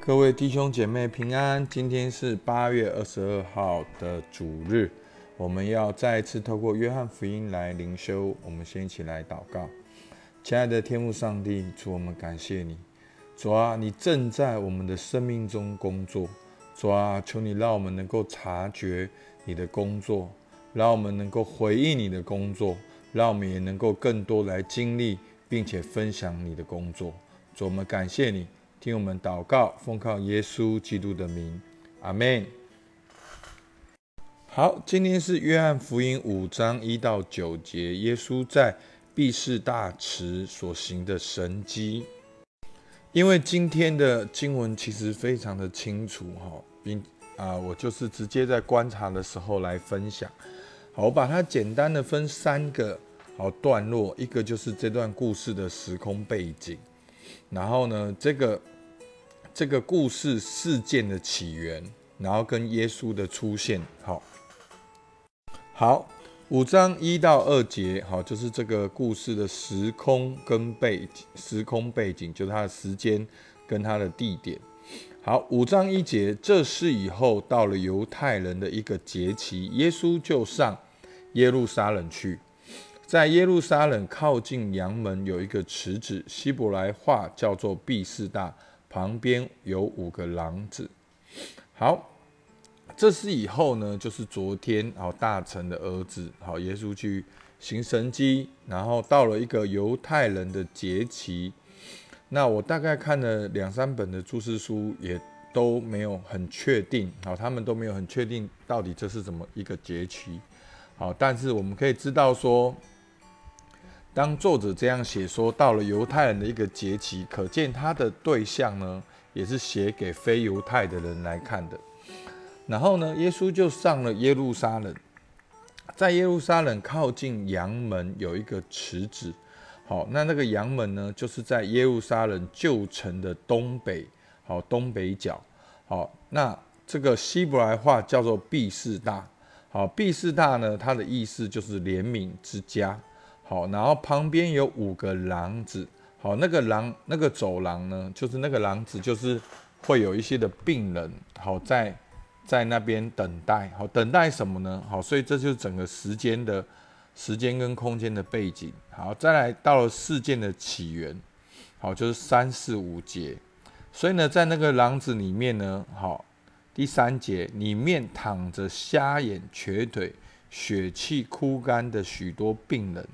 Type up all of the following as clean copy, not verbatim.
各位弟兄姐妹平安，今天是8月22号的主日，我们要再一次透过约翰福音来灵修。我们先一起来祷告。亲爱的天父上帝，主，我们感谢你。主啊，你正在我们的生命中工作。主啊，求你让我们能够察觉你的工作，让我们能够回应你的工作，让我们也能够更多来经历并且分享你的工作。主，我们感谢你，听我们祷告，奉靠耶稣基督的名，阿们。好，今天是约翰福音5章1到9节，耶稣在毕士大池所行的神迹。因为今天的经文其实非常的清楚，我就是直接在观察的时候来分享。好，我把它简单的分3个段落，一个就是这段故事的时空背景，然后呢，这个故事事件的起源，然后跟耶稣的出现。好，5章1到2节，就是这个故事的时空背景就是它的时间跟它的地点。好，5章1节，这事以后到了犹太人的一个节期，耶稣就上耶路撒冷去。在耶路撒冷靠近阳门有一个池子，希伯来话叫做毕士大，旁边有5个廊子。好，这是以后呢，就是昨天大臣的儿子耶稣去行神迹，然后到了一个犹太人的节期。那我大概看了2-3本的注释书，也都没有很确定，他们都没有很确定到底这是怎么一个节期。但是我们可以知道说，当作者这样写说到了犹太人的一个节期，可见他的对象呢，也是写给非犹太的人来看的。然后呢，耶稣就上了耶路撒冷，在耶路撒冷靠近阳门有一个池子。那个阳门呢，就是在耶路撒冷旧城的东北角。那这个希伯来话叫做毕士大。毕士大呢，它的意思就是怜悯之家。然后旁边有5个廊子。那个走廊呢，就是那个廊子，就是会有一些的病人在那边等待。等待什么呢？所以这就是整个时间跟空间的背景。好，再来到了事件的起源，就是3、4、5节。所以呢，在那个廊子里面呢，第3节，里面躺着瞎眼、瘸腿、血气枯干的许多病人。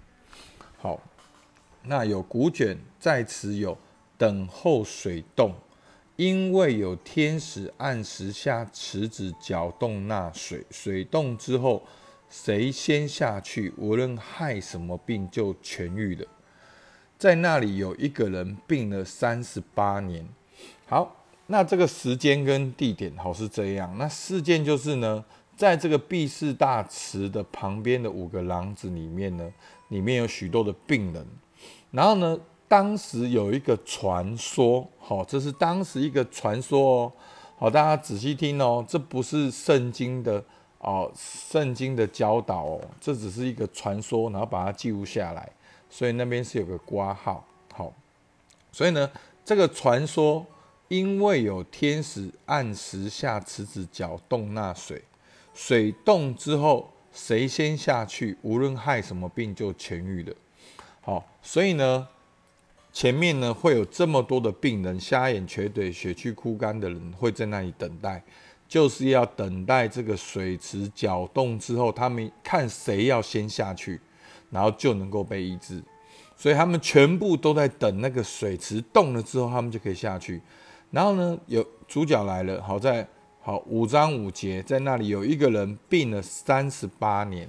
那有古卷在此有等候水动，因为有天使按时下池子搅动那水，水动之后，谁先下去，无论害什么病就痊愈了。在那里有一个人病了38年。好，那这个时间跟地点是这样。那事件就是呢，在这个毕士大池的旁边的5个廊子里面呢，里面有许多的病人。然后呢，当时有一个传说，这是当时一个传说哦。大家仔细听哦，这不是圣经的教导哦，这只是一个传说，然后把它记录下来，所以那边是有个括号。所以呢，这个传说因为有天使按时下池子搅动那水，水动之后，谁先下去，无论害什么病就痊愈了。所以呢，前面呢会有这么多的病人，瞎眼、瘸腿、血气枯干的人会在那里等待，就是要等待这个水池搅动之后，他们看谁要先下去，然后就能够被医治。所以他们全部都在等那个水池动了之后，他们就可以下去。然后呢，有主角来了，在5章5节，在那里有一个人病了38年。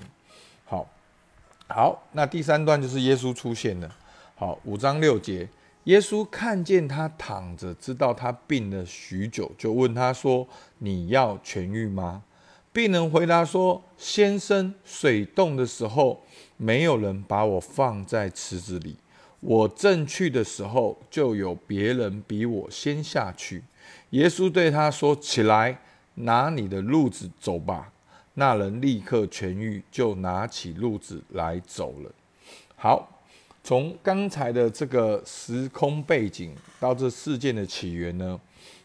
好，那第3段就是耶稣出现了。5章6节，耶稣看见他躺着，知道他病了许久，就问他说：“你要痊愈吗？”病人回答说：“先生，水动的时候，没有人把我放在池子里。我正去的时候，就有别人比我先下去。”耶稣对他说：“起来，拿你的褥子走吧。”那人立刻痊愈，就拿起褥子来走了。好，从刚才的这个时空背景到这事件的起源呢，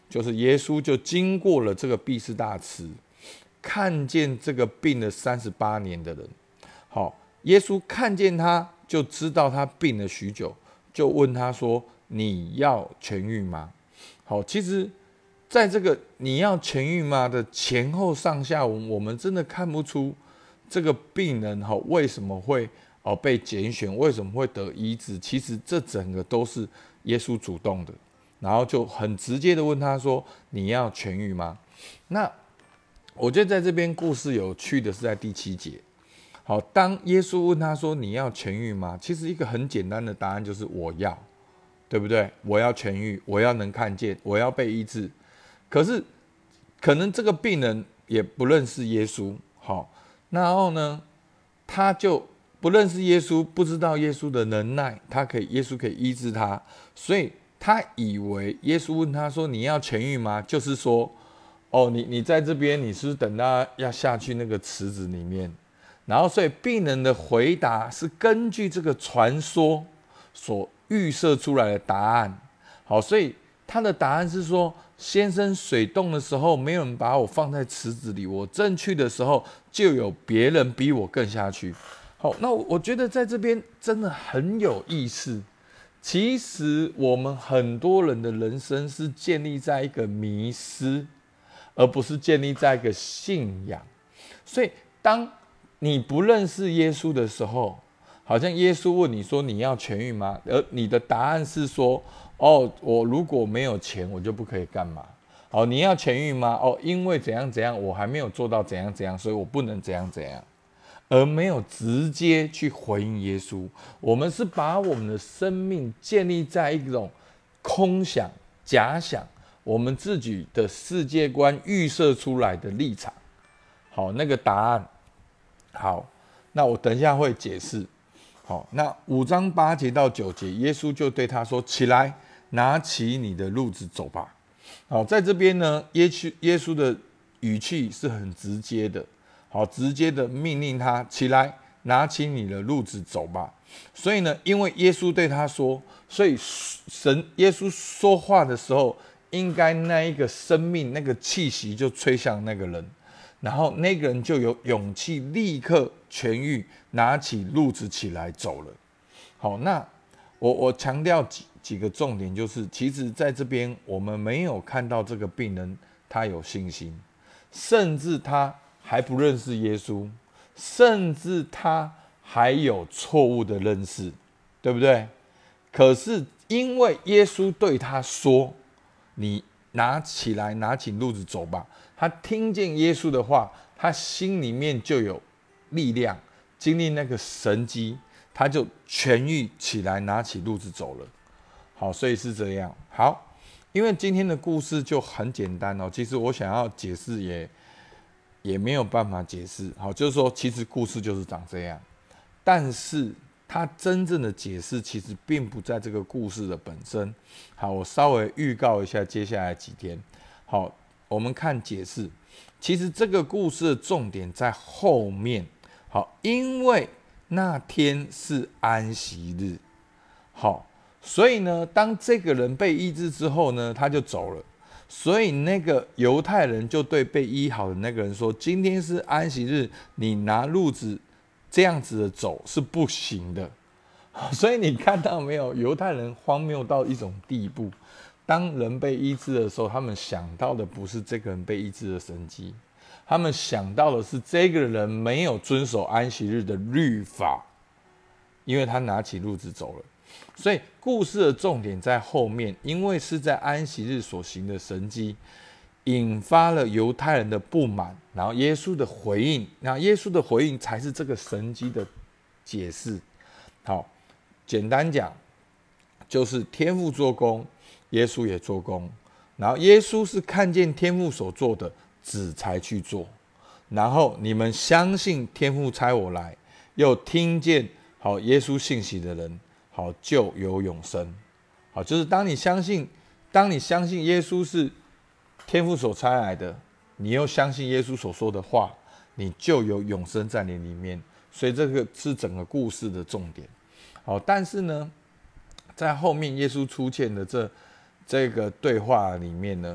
就是耶稣就经过了这个毕士大池，看见这个病了38年的人。好，耶稣看见他，就知道他病了许久，就问他说：“你要痊愈吗？”好，其实在这个“你要痊愈吗”的前后上下文，我们真的看不出这个病人为什么会被拣选，为什么会得医治。其实这整个都是耶稣主动的，然后就很直接的问他说：“你要痊愈吗？”那我觉得在这边故事有趣的是在第7节。好，当耶稣问他说：“你要痊愈吗？”其实一个很简单的答案就是“我要”，对不对？我要痊愈，我要能看见，我要被医治。可是可能这个病人也不认识耶稣，好，然后呢，他就不认识耶稣，不知道耶稣的能耐，耶稣可以医治他，所以他以为耶稣问他说：“你要痊愈吗？”就是说，你在这边，你是不是等到要下去那个池子里面？然后，所以病人的回答是根据这个传说所预设出来的答案。好，所以他的答案是说：“先生，水动的时候，没有人把我放在池子里，我正去的时候，就有别人比我更下去。”好，那我觉得在这边真的很有意思。其实我们很多人的人生是建立在一个迷思，而不是建立在一个信仰。所以当你不认识耶稣的时候，好像耶稣问你说：“你要痊愈吗？”而你的答案是说：“我如果没有钱，我就不可以干嘛？”你要痊愈吗？因为怎样怎样，我还没有做到怎样怎样，所以我不能怎样怎样。而没有直接去回应耶稣。我们是把我们的生命建立在一种空想、假想，我们自己的世界观预设出来的立场。好，那个答案。好，那我等一下会解释。好，那5章8节到9节，耶稣就对他说：“起来，拿起你的褥子走吧。”好，在这边呢，耶稣的语气是很直接的。好，直接的命令他起来，拿起你的褥子走吧。所以呢，因为耶稣对他说，所以耶稣说话的时候，应该那一个生命、那个气息就吹向那个人，然后那个人就有勇气立刻痊愈，拿起褥子起来走了。好，那我强调几个重点，就是其实在这边我们没有看到这个病人他有信心，甚至他还不认识耶稣，甚至他还有错误的认识，对不对？可是因为耶稣对他说：“你拿起来，拿起褥子走吧。”他听见耶稣的话，他心里面就有力量，经历那个神迹，他就痊愈起来，拿起褥子走了。好，所以是这样。好，因为今天的故事就很简单其实我想要解释也没有办法解释。好，就是说，其实故事就是长这样，但是它真正的解释其实并不在这个故事的本身。好，我稍微预告一下接下来几天。好，我们看解释。其实这个故事的重点在后面。好，因为那天是安息日。好，所以呢，当这个人被医治之后呢，他就走了。所以那个犹太人就对被医好的那个人说：“今天是安息日，你拿褥子这样子的走是不行的。”所以你看到没有，犹太人荒谬到一种地步。当人被医治的时候，他们想到的不是这个人被医治的神迹，他们想到的是这个人没有遵守安息日的律法，因为他拿起褥子走了。所以故事的重点在后面，因为是在安息日所行的神迹，引发了犹太人的不满，然后耶稣的回应，然后耶稣的回应才是这个神迹的解释。好，简单讲，就是天父做工，耶稣也做工，然后耶稣是看见天父所做的，子才去做，然后你们相信天父差我来，又听见好耶稣信息的人，好就有永生。好，就是当你相信耶稣是天父所差来的，你又相信耶稣所说的话，你就有永生在你里面。所以这个是整个故事的重点。好，但是呢，在后面耶稣出现的这个对话里面呢，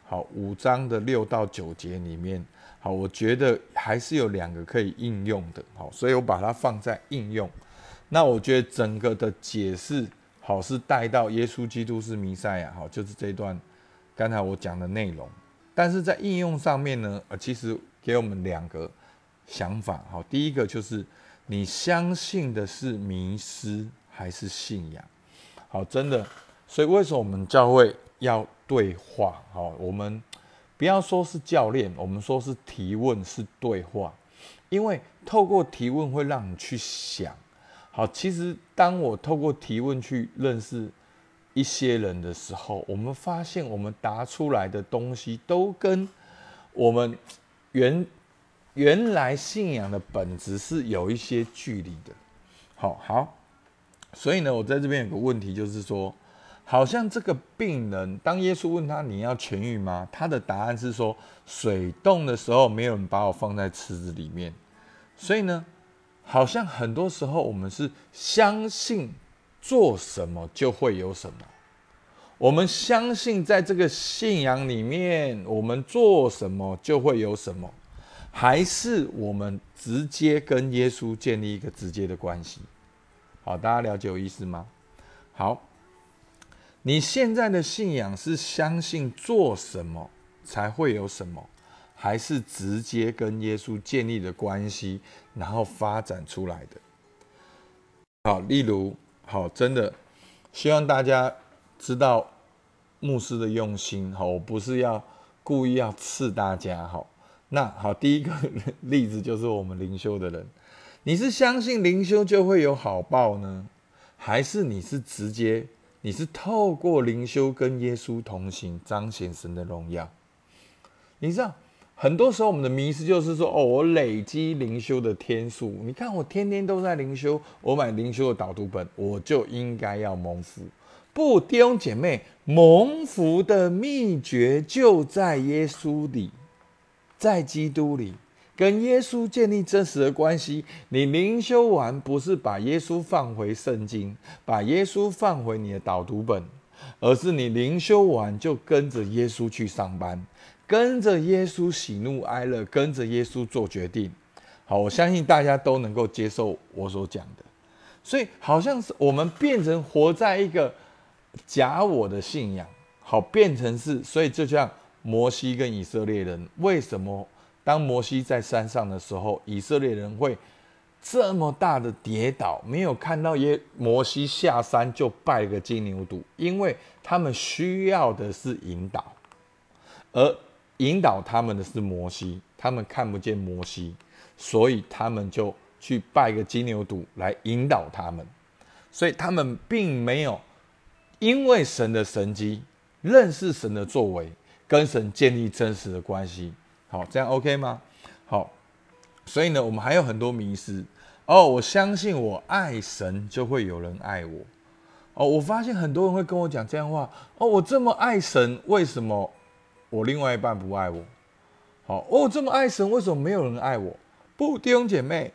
好5章的6到9节里面，好，我觉得还是有2个可以应用的，好，所以我把它放在应用。那我觉得整个的解释，好，是带到耶稣基督是弥赛亚，好，就是这一段刚才我讲的内容。但是在应用上面呢，其实给我们2个想法，好，第一个就是你相信的是迷思还是信仰？好，真的，所以为什么我们教会要对话？好，我们不要说是教练，我们说是提问，是对话，因为透过提问会让你去想。好，其实当我透过提问去认识一些人的时候，我们发现我们答出来的东西都跟我们原来信仰的本质是有一些距离的。好，所以呢，我在这边有个问题，就是说，好像这个病人，当耶稣问他你要痊愈吗？他的答案是说，水冻的时候没有人把我放在池子里面。所以呢，好像很多时候我们是相信做什么就会有什么，我们相信在这个信仰里面，我们做什么就会有什么，还是我们直接跟耶稣建立一个直接的关系？好，大家了解我意思吗？好，你现在的信仰是相信做什么才会有什么，还是直接跟耶稣建立的关系，然后发展出来的？好，例如，好，真的希望大家知道牧师的用心。好，我不是要故意要刺大家。好，那好，第一个例子就是我们灵修的人，你是相信灵修就会有好报呢，还是你是透过灵修跟耶稣同行，彰显神的荣耀？你知道，很多时候我们的迷思就是说，我累积灵修的天数，你看我天天都在灵修，我买灵修的导读本，我就应该要蒙福。不，弟兄姐妹，蒙福的秘诀就在耶稣里，在基督里，跟耶稣建立真实的关系。你灵修完，不是把耶稣放回圣经，把耶稣放回你的导读本，而是你灵修完就跟着耶稣去上班，跟着耶稣喜怒哀乐，跟着耶稣做决定。好，我相信大家都能够接受我所讲的。所以好像是我们变成活在一个假我的信仰，好，变成是，所以就像摩西跟以色列人，为什么当摩西在山上的时候，以色列人会这么大的跌倒，没有看到摩西下山就拜个金牛犊？因为他们需要的是引导，而引导他们的是摩西，他们看不见摩西，所以他们就去拜个金牛犊来引导他们。所以他们并没有因为神的神迹认识神的作为，跟神建立真实的关系。好，这样 OK 吗？好，所以呢，我们还有很多迷思。我相信我爱神，就会有人爱我。我发现很多人会跟我讲这样的话。我这么爱神，为什么我另外一半不爱我？好，我这么爱神，为什么没有人爱我？不，弟兄姐妹，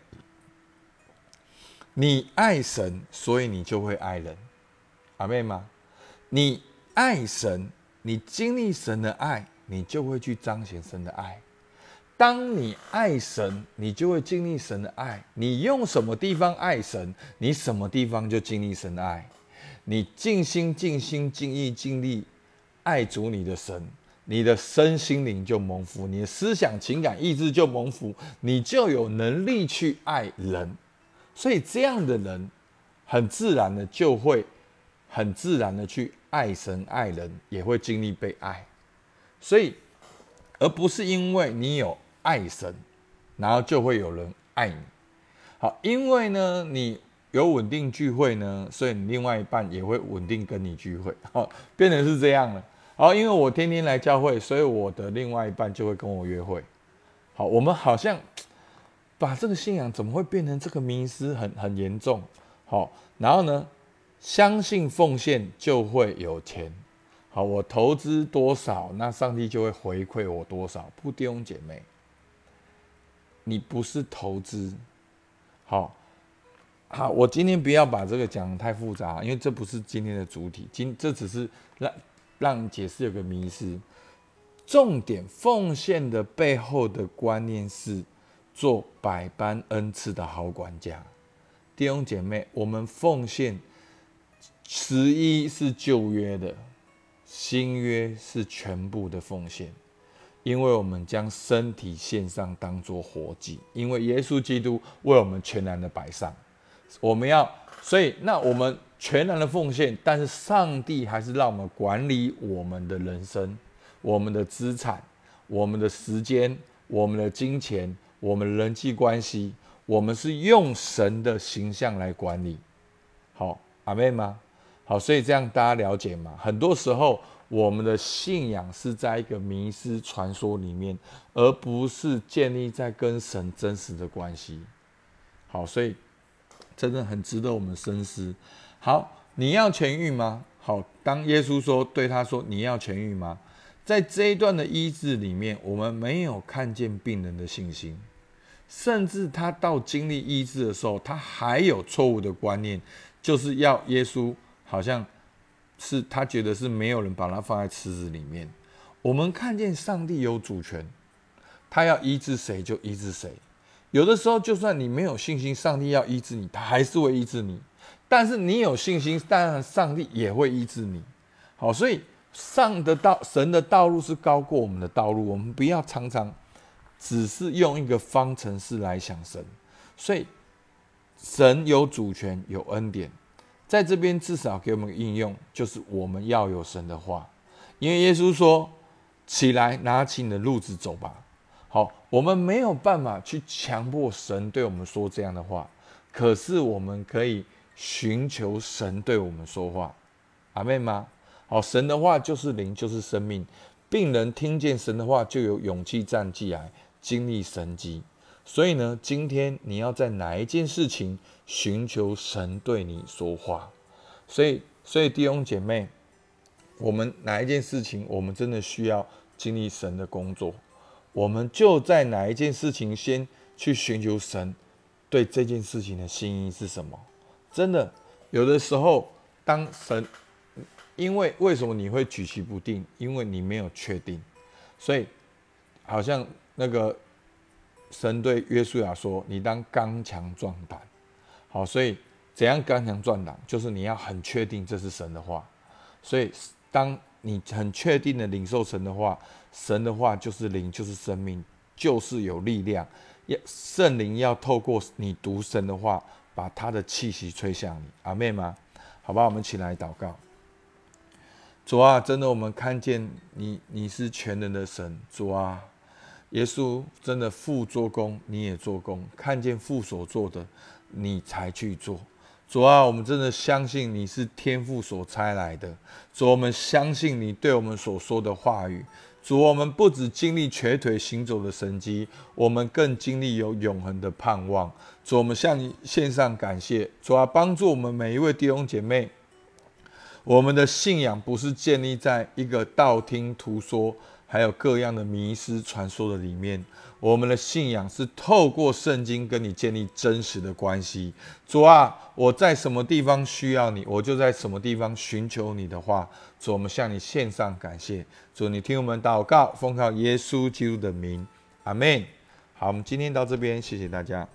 你爱神，所以你就会爱人。阿妹吗？你爱神，你经历神的爱，你就会去彰显神的爱。当你爱神，你就会经历神的爱。你用什么地方爱神，你什么地方就经历神的爱。你尽心尽心尽意尽力爱主你的神，你的身心灵就蒙福，你的思想情感意志就蒙福，你就有能力去爱人。所以这样的人很自然的就会很自然的去爱神爱人，也会经历被爱。所以而不是因为你有爱神，然后就会有人爱你。好，因为呢你有稳定聚会呢，所以你另外一半也会稳定跟你聚会。好，变成是这样了。好，因为我天天来教会，所以我的另外一半就会跟我约会。好，我们好像把这个信仰怎么会变成这个迷思很严重？好，然后呢，相信奉献就会有钱。好，我投资多少，那上帝就会回馈我多少。不，弟兄姐妹，你不是投资。好，我今天不要把这个讲得太复杂，因为这不是今天的主体。这只是让你解释有个迷思。 重点奉献的背后的观念是做百般恩赐的好管家。弟兄姐妹，我们奉献11是旧约的，新约是全部的奉献，因为我们将身体献上当作活祭，因为耶稣基督为我们全然的摆上。所以那我们全然的奉献，但是上帝还是让我们管理我们的人生、我们的资产、我们的时间、我们的金钱、我们的人际关系，我们是用神的形象来管理。好，阿们吗？好，所以这样大家了解吗？很多时候我们的信仰是在一个迷思传说里面，而不是建立在跟神真实的关系。好，所以真的很值得我们深思。好，你要痊愈吗？好，当耶稣对他说你要痊愈吗？在这一段的医治里面，我们没有看见病人的信心，甚至他到经历医治的时候，他还有错误的观念，就是要耶稣好像是他觉得是没有人把他放在池子里面。我们看见上帝有主权，他要医治谁就医治谁。有的时候，就算你没有信心，上帝要医治你，他还是会医治你。但是你有信心，当然上帝也会医治你。好，所以神的道路是高过我们的道路，我们不要常常只是用一个方程式来想神。所以神有主权，有恩典，在这边至少给我们应用，就是我们要有神的话，因为耶稣说：“起来，拿起你的褥子走吧。”好，我们没有办法去强迫神对我们说这样的话，可是我们可以寻求神对我们说话。阿们吗？好，神的话就是灵，就是生命。病人听见神的话，就有勇气站起来，经历神迹。所以呢，今天你要在哪一件事情寻求神对你说话？所以弟兄姐妹，我们哪一件事情，我们真的需要经历神的工作，我们就在哪一件事情先去寻求神对这件事情的心意是什么。真的，有的时候当神，因为为什么你会举棋不定？因为你没有确定。所以好像那个神对约书亚说：“你当刚强壮胆。”好，所以怎样刚强壮胆？就是你要很确定这是神的话。所以当你很确定的领受神的话，神的话就是灵，就是生命，就是有力量。圣灵要透过你读神的话，把他的气息吹向你。阿们吗？好吧，我们起来祷告。主啊，真的我们看见你是全能的神。主啊，耶稣真的父做工，你也做工，看见父所做的，你才去做。主啊，我们真的相信你是天父所差来的。主，我们相信你对我们所说的话语。主，我们不只经历瘸腿行走的神迹，我们更经历有永恒的盼望。主，我们向你献上感谢。主啊，帮助我们每一位弟兄姐妹，我们的信仰不是建立在一个道听途说，还有各样的迷思传说的里面。我们的信仰是透过圣经跟你建立真实的关系。主啊，我在什么地方需要你，我就在什么地方寻求你的话。主，我们向你献上感谢。主，你听我们祷告，奉靠耶稣基督的名，阿们。好，我们今天到这边，谢谢大家。